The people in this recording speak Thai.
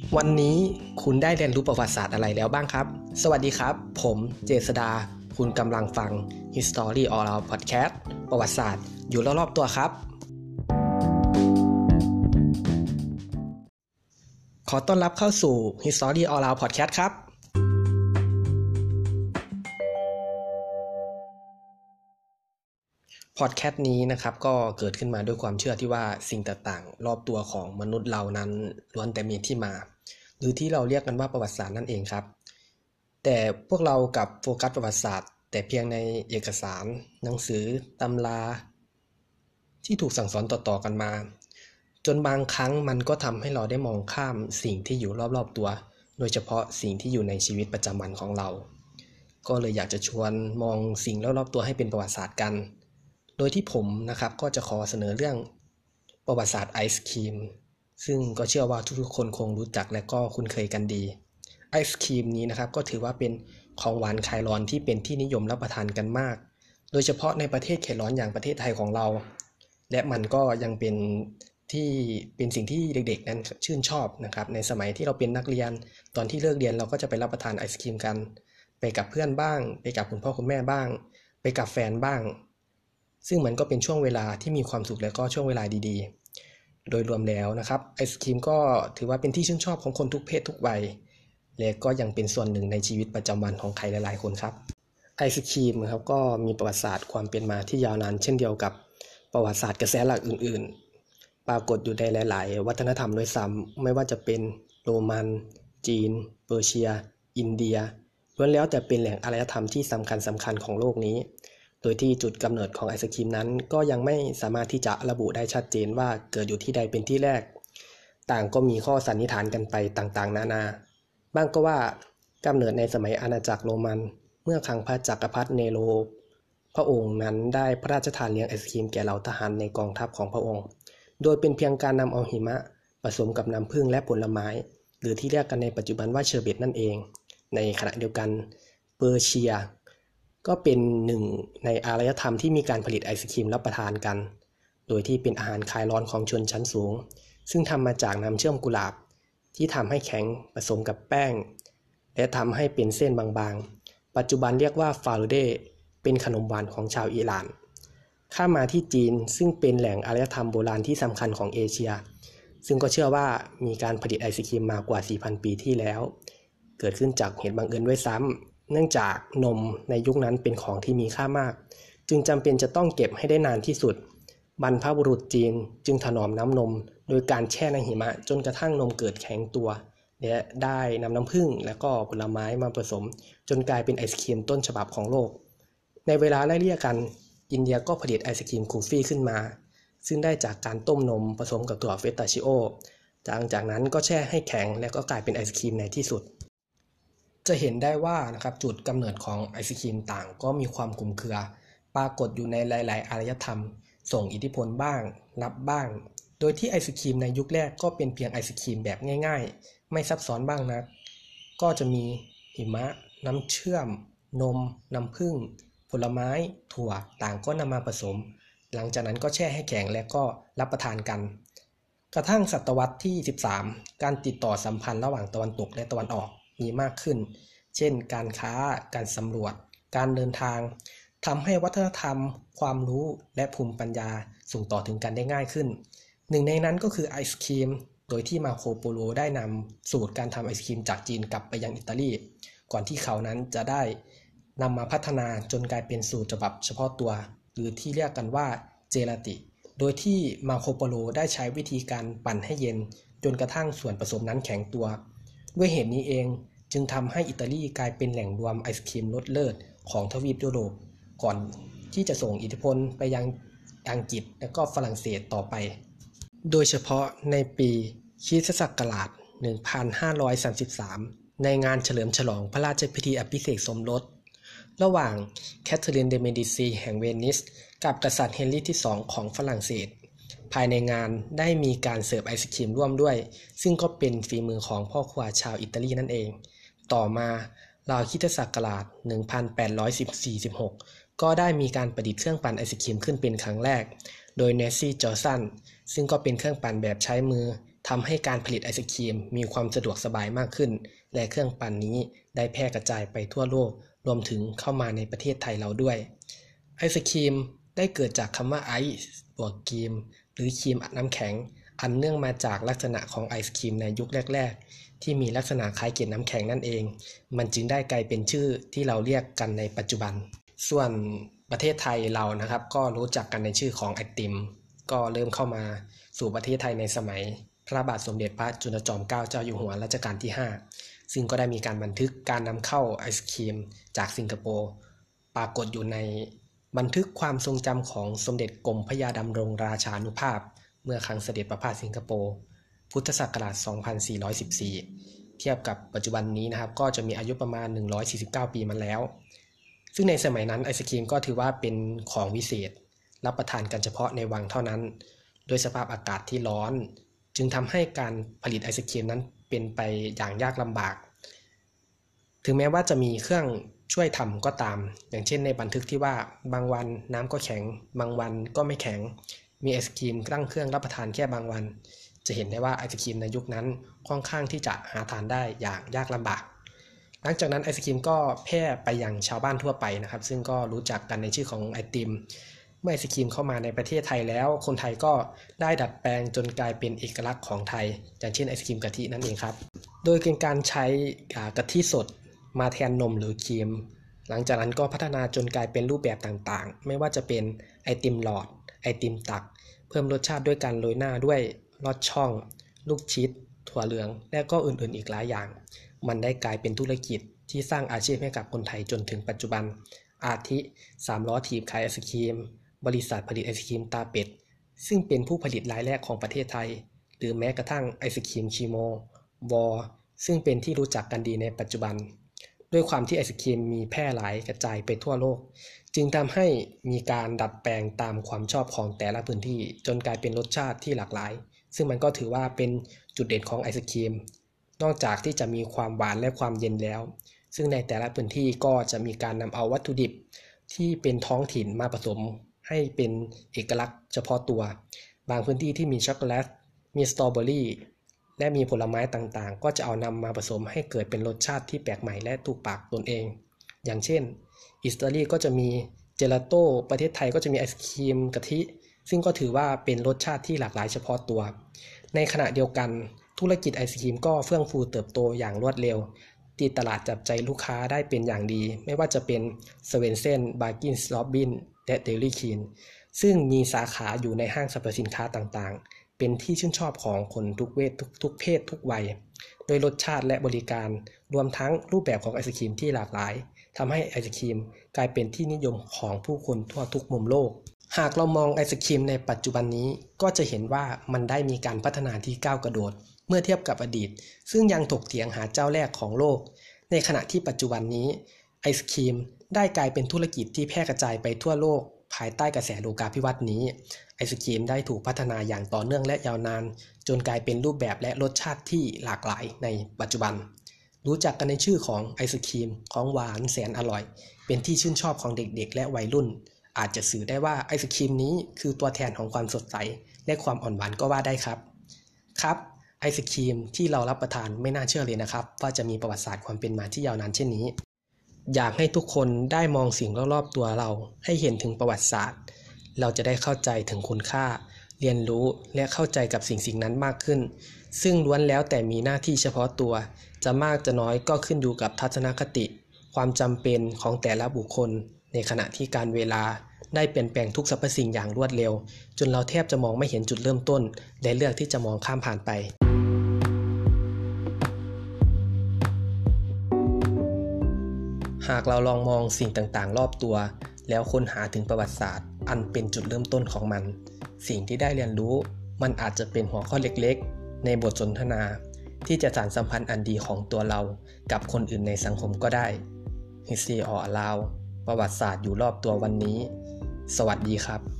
วันนี้คุณได้เรียนรู้ประวัติศาสตร์อะไรแล้วบ้างครับสวัสดีครับผมเจษดาคุณกำลังฟัง History All Around Podcast ประวัติศาสตร์อยู่รอบๆตัวครับขอต้อนรับเข้าสู่ History All Around Podcast ครับพอดแคสต์นี้นะครับก็เกิดขึ้นมาด้วยความเชื่อที่ว่าสิ่งต่างๆรอบตัวของมนุษย์เรานั้นล้วนแต่มีที่มาหรือที่เราเรียกกันว่าประวัติศาสตร์นั่นเองครับแต่พวกเรากับโฟกัสประวัติศาสตร์แต่เพียงในเอกสารหนังสือตำราที่ถูกสั่งสอนต่อๆกันมาจนบางครั้งมันก็ทำให้เราได้มองข้ามสิ่งที่อยู่รอบๆตัวโดยเฉพาะสิ่งที่อยู่ในชีวิตประจำวันของเราก็เลยอยากจะชวนมองสิ่งรอบๆตัวให้เป็นประวัติศาสตร์กันโดยที่ผมนะครับก็จะขอเสนอเรื่องประวัติศาสตร์ไอศกรีมซึ่งก็เชื่อว่าทุกๆคนคงรู้จักและก็คุ้นเคยกันดีไอศกรีมนี้นะครับก็ถือว่าเป็นของหวานคลายร้อนที่เป็นที่นิยมรับประทานกันมากโดยเฉพาะในประเทศเขตร้อนอย่างประเทศไทยของเราและมันก็ยังเป็นสิ่งที่เด็กๆนั้นชื่นชอบนะครับในสมัยที่เราเป็นนักเรียนตอนที่เลิกเรียนเราก็จะไปรับประทานไอศกรีมกันไปกับเพื่อนบ้างไปกับคุณพ่อคุณแม่บ้างไปกับแฟนบ้างซึ่งมันก็เป็นช่วงเวลาที่มีความสุขและก็ช่วงเวลาดีๆโดยรวมแล้วนะครับไอศกรีมก็ถือว่าเป็นที่ชื่นชอบของคนทุกเพศทุกวัยและก็ยังเป็นส่วนหนึ่งในชีวิตประจำวันของใครหลายๆคนครับไอศกรีมครับก็มีประวัติศาสตร์ความเป็นมาที่ยาวนานเช่นเดียวกับประวัติศาสตร์กระแสหลักอื่นๆปรากฏอยู่ในหลายๆวัฒนธรรมด้วยซ้ำไม่ว่าจะเป็นโรมันจีนเปอร์เซียอินเดียล้วนแล้วแต่เป็นแหล่งอารยธรรมที่สำคัญของโลกนี้โดยที่จุดกำเนิดของไอศกรีมนั้นก็ยังไม่สามารถที่จะระบุได้ชัดเจนว่าเกิดอยู่ที่ใดเป็นที่แรกต่างก็มีข้อสันนิษฐานกันไปต่างๆนานาบ้างก็ว่ากำเนิดในสมัยอาณาจักรโรมันเมื่อครั้งพระจักรพรรดิเนโรพระองค์นั้นได้พระราชทานเลี้ยงไอศกรีมแก่เหล่าทหารในกองทัพของพระองค์โดยเป็นเพียงการนำเอาหิมะผสมกับน้ำผึ้งและผลไม้หรือที่เรียกกันในปัจจุบันว่าเชอร์เบตนั่นเองในขณะเดียวกันเปอร์เซียก็เป็นหนึ่งในอารยธรรมที่มีการผลิตไอศกรีมรับประทานกันโดยที่เป็นอาหารคลายร้อนของชนชั้นสูงซึ่งทำมาจากน้ำเชื่อมกุหลาบที่ทำให้แข็งผสมกับแป้งและทำให้เป็นเส้นบางๆปัจจุบันเรียกว่าฟาลูเดเป็นขนมหวานของชาวอิหร่านข้ามมาที่จีนซึ่งเป็นแหล่งอารยธรรมโบราณที่สำคัญของเอเชียซึ่งก็เชื่อว่ามีการผลิตไอศกรีมมากว่า 4,000 ปีที่แล้วเกิดขึ้นจากเหตุบังเอิญด้วยซ้ำเนื่องจากนมในยุคนั้นเป็นของที่มีค่ามากจึงจำเป็นจะต้องเก็บให้ได้นานที่สุดบรรพบุรุษจีนจึงถนอมน้ำนมโดยการแช่ในหิมะจนกระทั่งนมเกิดแข็งตัวและได้นำน้ำผึ้งและก็ผลไม้มาผสมจนกลายเป็นไอศกรีมต้นฉบับของโลกในเวลาไล่เลี่ยกันอินเดียก็ผลิตไอศกรีมคูฟี่ขึ้นมาซึ่งได้จากการต้มนมผสมกับถั่วเฟตาชิโอจากนั้นก็แช่ให้แข็งและก็กลายเป็นไอศกรีมในที่สุดจะเห็นได้ว่านะครับจุดกำเนิดของไอศกรีมต่างก็มีความคลุมเครือปรากฏอยู่ในหลายๆอารยธรรมส่งอิทธิพลบ้างรับบ้างโดยที่ไอศกรีมในยุคแรกก็เป็นเพียงไอศกรีมแบบง่ายๆไม่ซับซ้อนบ้างนักก็จะมีหิมะน้ำเชื่อมนมน้ำผึ้งผลไม้ถั่วต่างก็นำมาผสมหลังจากนั้นก็แช่ให้แข็งและก็รับประทานกันกระทั่งศตวรรษที่13การติดต่อสัมพันธ์ระหว่างตะวันตกและตะวันออกมีมากขึ้นเช่นการค้าการสำรวจการเดินทางทำให้วัฒนธรรมความรู้และภูมิปัญญาส่งต่อถึงกันได้ง่ายขึ้นหนึ่งในนั้นก็คือไอศกรีมโดยที่มาโคโปโลได้นำสูตรการทำไอศกรีมจากจีนกลับไปยังอิตาลีก่อนที่เขานั้นจะได้นำมาพัฒนาจนกลายเป็นสูตรฉบับเฉพาะตัวหรือที่เรียกกันว่าเจลาติโดยที่มาโคโปโลได้ใช้วิธีการปั่นให้เย็นจนกระทั่งส่วนผสมนั้นแข็งตัวด้วยเหตุนี้เองจึงทำให้อิตาลีกลายเป็นแหล่งรวมไอศกรีมรสเลิศของทวีปยุโรปก่อนที่จะส่งอิทธิพลไปยังอังกฤษและก็ฝรั่งเศสต่อไปโดยเฉพาะในปีคริสตศักราช 1533 ในงานเฉลิมฉลองพระราชพิธีอภิเษกสมรสระหว่างแคทเธอรีนเดเมดิซีแห่งเวนิสกับกษัตริย์เฮนรี่ที่ 2 ของฝรั่งเศสภายในงานได้มีการเสิร์ฟไอศกรีมร่วมด้วยซึ่งก็เป็นฝีมือของพ่อครัวชาวอิตาลีนั่นเองต่อมาราวคริสตศักราช 1846 ก็ได้มีการประดิษฐ์เครื่องปั่นไอศกรีมขึ้นเป็นครั้งแรกโดยเนสซี่จอร์สันซึ่งก็เป็นเครื่องปั่นแบบใช้มือทำให้การผลิตไอศกรีมมีความสะดวกสบายมากขึ้นและเครื่องปั่นนี้ได้แพร่กระจายไปทั่วโลกรวมถึงเข้ามาในประเทศไทยเราด้วยไอศกรีมได้เกิดจากคำว่าไอซ์บวกครีมหรือครีมอัดน้ำแข็งอันเนื่องมาจากลักษณะของไอศกรีมในยุคแรกๆที่มีลักษณะคล้ายเกล็ดน้ำแข็งนั่นเองมันจึงได้กลายเป็นชื่อที่เราเรียกกันในปัจจุบันส่วนประเทศไทยเรานะครับก็รู้จักกันในชื่อของไอติมก็เริ่มเข้ามาสู่ประเทศไทยในสมัยพระบาทสมเด็จพระจุลจอมเกล้าเจ้าอยู่หัวรัชกาลที่5ซึ่งก็ได้มีการบันทึกการนำเข้าไอศกรีมจากสิงคโปร์ปรากฏอยู่ในบันทึกความทรงจำของสมเด็จกรมพระยาดำรงราชานุภาพเมื่อครั้งเสด็จประพาสสิงคโปร์พุทธศักราช 2414 เทียบกับปัจจุบันนี้นะครับก็จะมีอายุประมาณ 149 ปีมาแล้วซึ่งในสมัยนั้นไอศกรีมก็ถือว่าเป็นของวิเศษรับประทานกันเฉพาะในวังเท่านั้นโดยสภาพอากาศที่ร้อนจึงทำให้การผลิตไอศกรีมนั้นเป็นไปอย่างยากลำบากถึงแม้ว่าจะมีเครื่องช่วยทำก็ตามอย่างเช่นในบันทึกที่ว่าบางวันน้ำก็แข็งบางวันก็ไม่แข็งมีไอศกรีมตั้งเครื่องรับประทานแค่บางวันจะเห็นได้ว่าไอศกรีมในยุคนั้นค่อนข้างที่จะหาทานได้อย่างยากลำบากหลังจากนั้นไอศกรีมก็แพร่ไปยังชาวบ้านทั่วไปนะครับซึ่งก็รู้จักกันในชื่อของไอติมเมื่อไอศกรีมเข้ามาในประเทศไทยแล้วคนไทยก็ได้ดัดแปลงจนกลายเป็นเอกลักษณ์ของไทยอย่างเช่นไอศกรีมกะทินั่นเองครับโดยเป็นการใช้กะทิสดมาแทนนมหรือครีมหลังจากนั้นก็พัฒนาจนกลายเป็นรูปแบบต่างๆไม่ว่าจะเป็นไอติมหลอดไอติมตักเพิ่มรสชาติด้วยการโรยหน้าด้วยลอดช่องลูกชิดถั่วเหลืองและก็อื่นๆอีกหลายอย่างมันได้กลายเป็นธุรกิจที่สร้างอาชีพให้กับคนไทยจนถึงปัจจุบันอาทิ3ล้อถีบขายไอศกรีมบริษัทผลิตไอศกรีมตาเป็ดซึ่งเป็นผู้ผลิตรายแรกของประเทศไทยหรือแม้กระทั่งไอศกรีมชิโมวอซึ่งเป็นที่รู้จักกันดีในปัจจุบันด้วยความที่ไอศกรีมมีแพร่หลายกระจายไปทั่วโลกจึงทำให้มีการดัดแปลงตามความชอบของแต่ละพื้นที่จนกลายเป็นรสชาติที่หลากหลายซึ่งมันก็ถือว่าเป็นจุดเด่นของไอศกรีมนอกจากที่จะมีความหวานและความเย็นแล้วซึ่งในแต่ละพื้นที่ก็จะมีการนำเอาวัตถุดิบที่เป็นท้องถิ่นมาผสมให้เป็นเอกลักษณ์เฉพาะตัวบางพื้นที่ที่มีช็อกโกแลตมีสตรอเบอรี่และมีผลไม้ต่างๆก็จะเอานำมาผสมให้เกิดเป็นรสชาติที่แปลกใหม่และถูกปากตนเองอย่างเช่นอิตาลีก็จะมีเจลาโต้ประเทศไทยก็จะมีไอศกรีมกะทิซึ่งก็ถือว่าเป็นรสชาติที่หลากหลายเฉพาะตัวในขณะเดียวกันธุรกิจไอศกรีมก็เฟื่องฟูเติบโตอย่างรวดเร็วตีตลาดจับใจลูกค้าได้เป็นอย่างดีไม่ว่าจะเป็นสเวนเซนบาร์กินสโรบบินและเดลี่คีนซึ่งมีสาขาอยู่ในห้างสรรพสินค้าต่างๆเป็นที่ชื่นชอบของคนทุกเพศทุกวัยโดยรสชาติและบริการรวมทั้งรูปแบบของไอศกรีมที่หลากหลายทำให้ไอศกรีมกลายเป็นที่นิยมของผู้คนทั่วทุกมุมโลกหากเรามองไอศกรีมในปัจจุบันนี้ก็จะเห็นว่ามันได้มีการพัฒนาที่ก้าวกระโดดเมื่อเทียบกับอดีตซึ่งยังถกเถียงหาเจ้าแรกของโลกในขณะที่ปัจจุบันนี้ไอศกรีมได้กลายเป็นธุรกิจที่แพร่กระจายไปทั่วโลกภายใต้กระแสโลกาภิวัตน์นี้ไอศกรีมได้ถูกพัฒนาอย่างต่อเนื่องและยาวนานจนกลายเป็นรูปแบบและรสชาติที่หลากหลายในปัจจุบันรู้จักกันในชื่อของไอศกรีมของหวานแสนอร่อยเป็นที่ชื่นชอบของเด็กๆและวัยรุ่นอาจจะสื่อได้ว่าไอศกรีมนี้คือตัวแทนของความสดใสและความอ่อนหวานก็ว่าได้ครับไอศกรีมที่เรารับประทานไม่น่าเชื่อเลยนะครับว่าจะมีประวัติศาสตร์ความเป็นมาที่ยาวนานเช่นนี้อยากให้ทุกคนได้มองสิ่งรอบๆตัวเราให้เห็นถึงประวัติศาสตร์เราจะได้เข้าใจถึงคุณค่าเรียนรู้และเข้าใจกับสิ่งนั้นมากขึ้นซึ่งล้วนแล้วแต่มีหน้าที่เฉพาะตัวจะมากจะน้อยก็ขึ้นอยู่กับทัศนคติความจำเป็นของแต่ละบุคคลในขณะที่การเวลาได้เปลี่ยนแปลงทุกสรรพสิ่งอย่างรวดเร็วจนเราแทบจะมองไม่เห็นจุดเริ่มต้นและเลือกที่จะมองข้ามผ่านไปหากเราลองมองสิ่งต่างๆรอบตัวแล้วค้นหาถึงประวัติศาสตร์อันเป็นจุดเริ่มต้นของมันสิ่งที่ได้เรียนรู้มันอาจจะเป็นหัวข้อเล็กๆในบทสนทนาที่จะสานสัมพันธ์อันดีของตัวเรากับคนอื่นในสังคมก็ได้ History All Around ประวัติศาสตร์อยู่รอบตัววันนี้สวัสดีครับ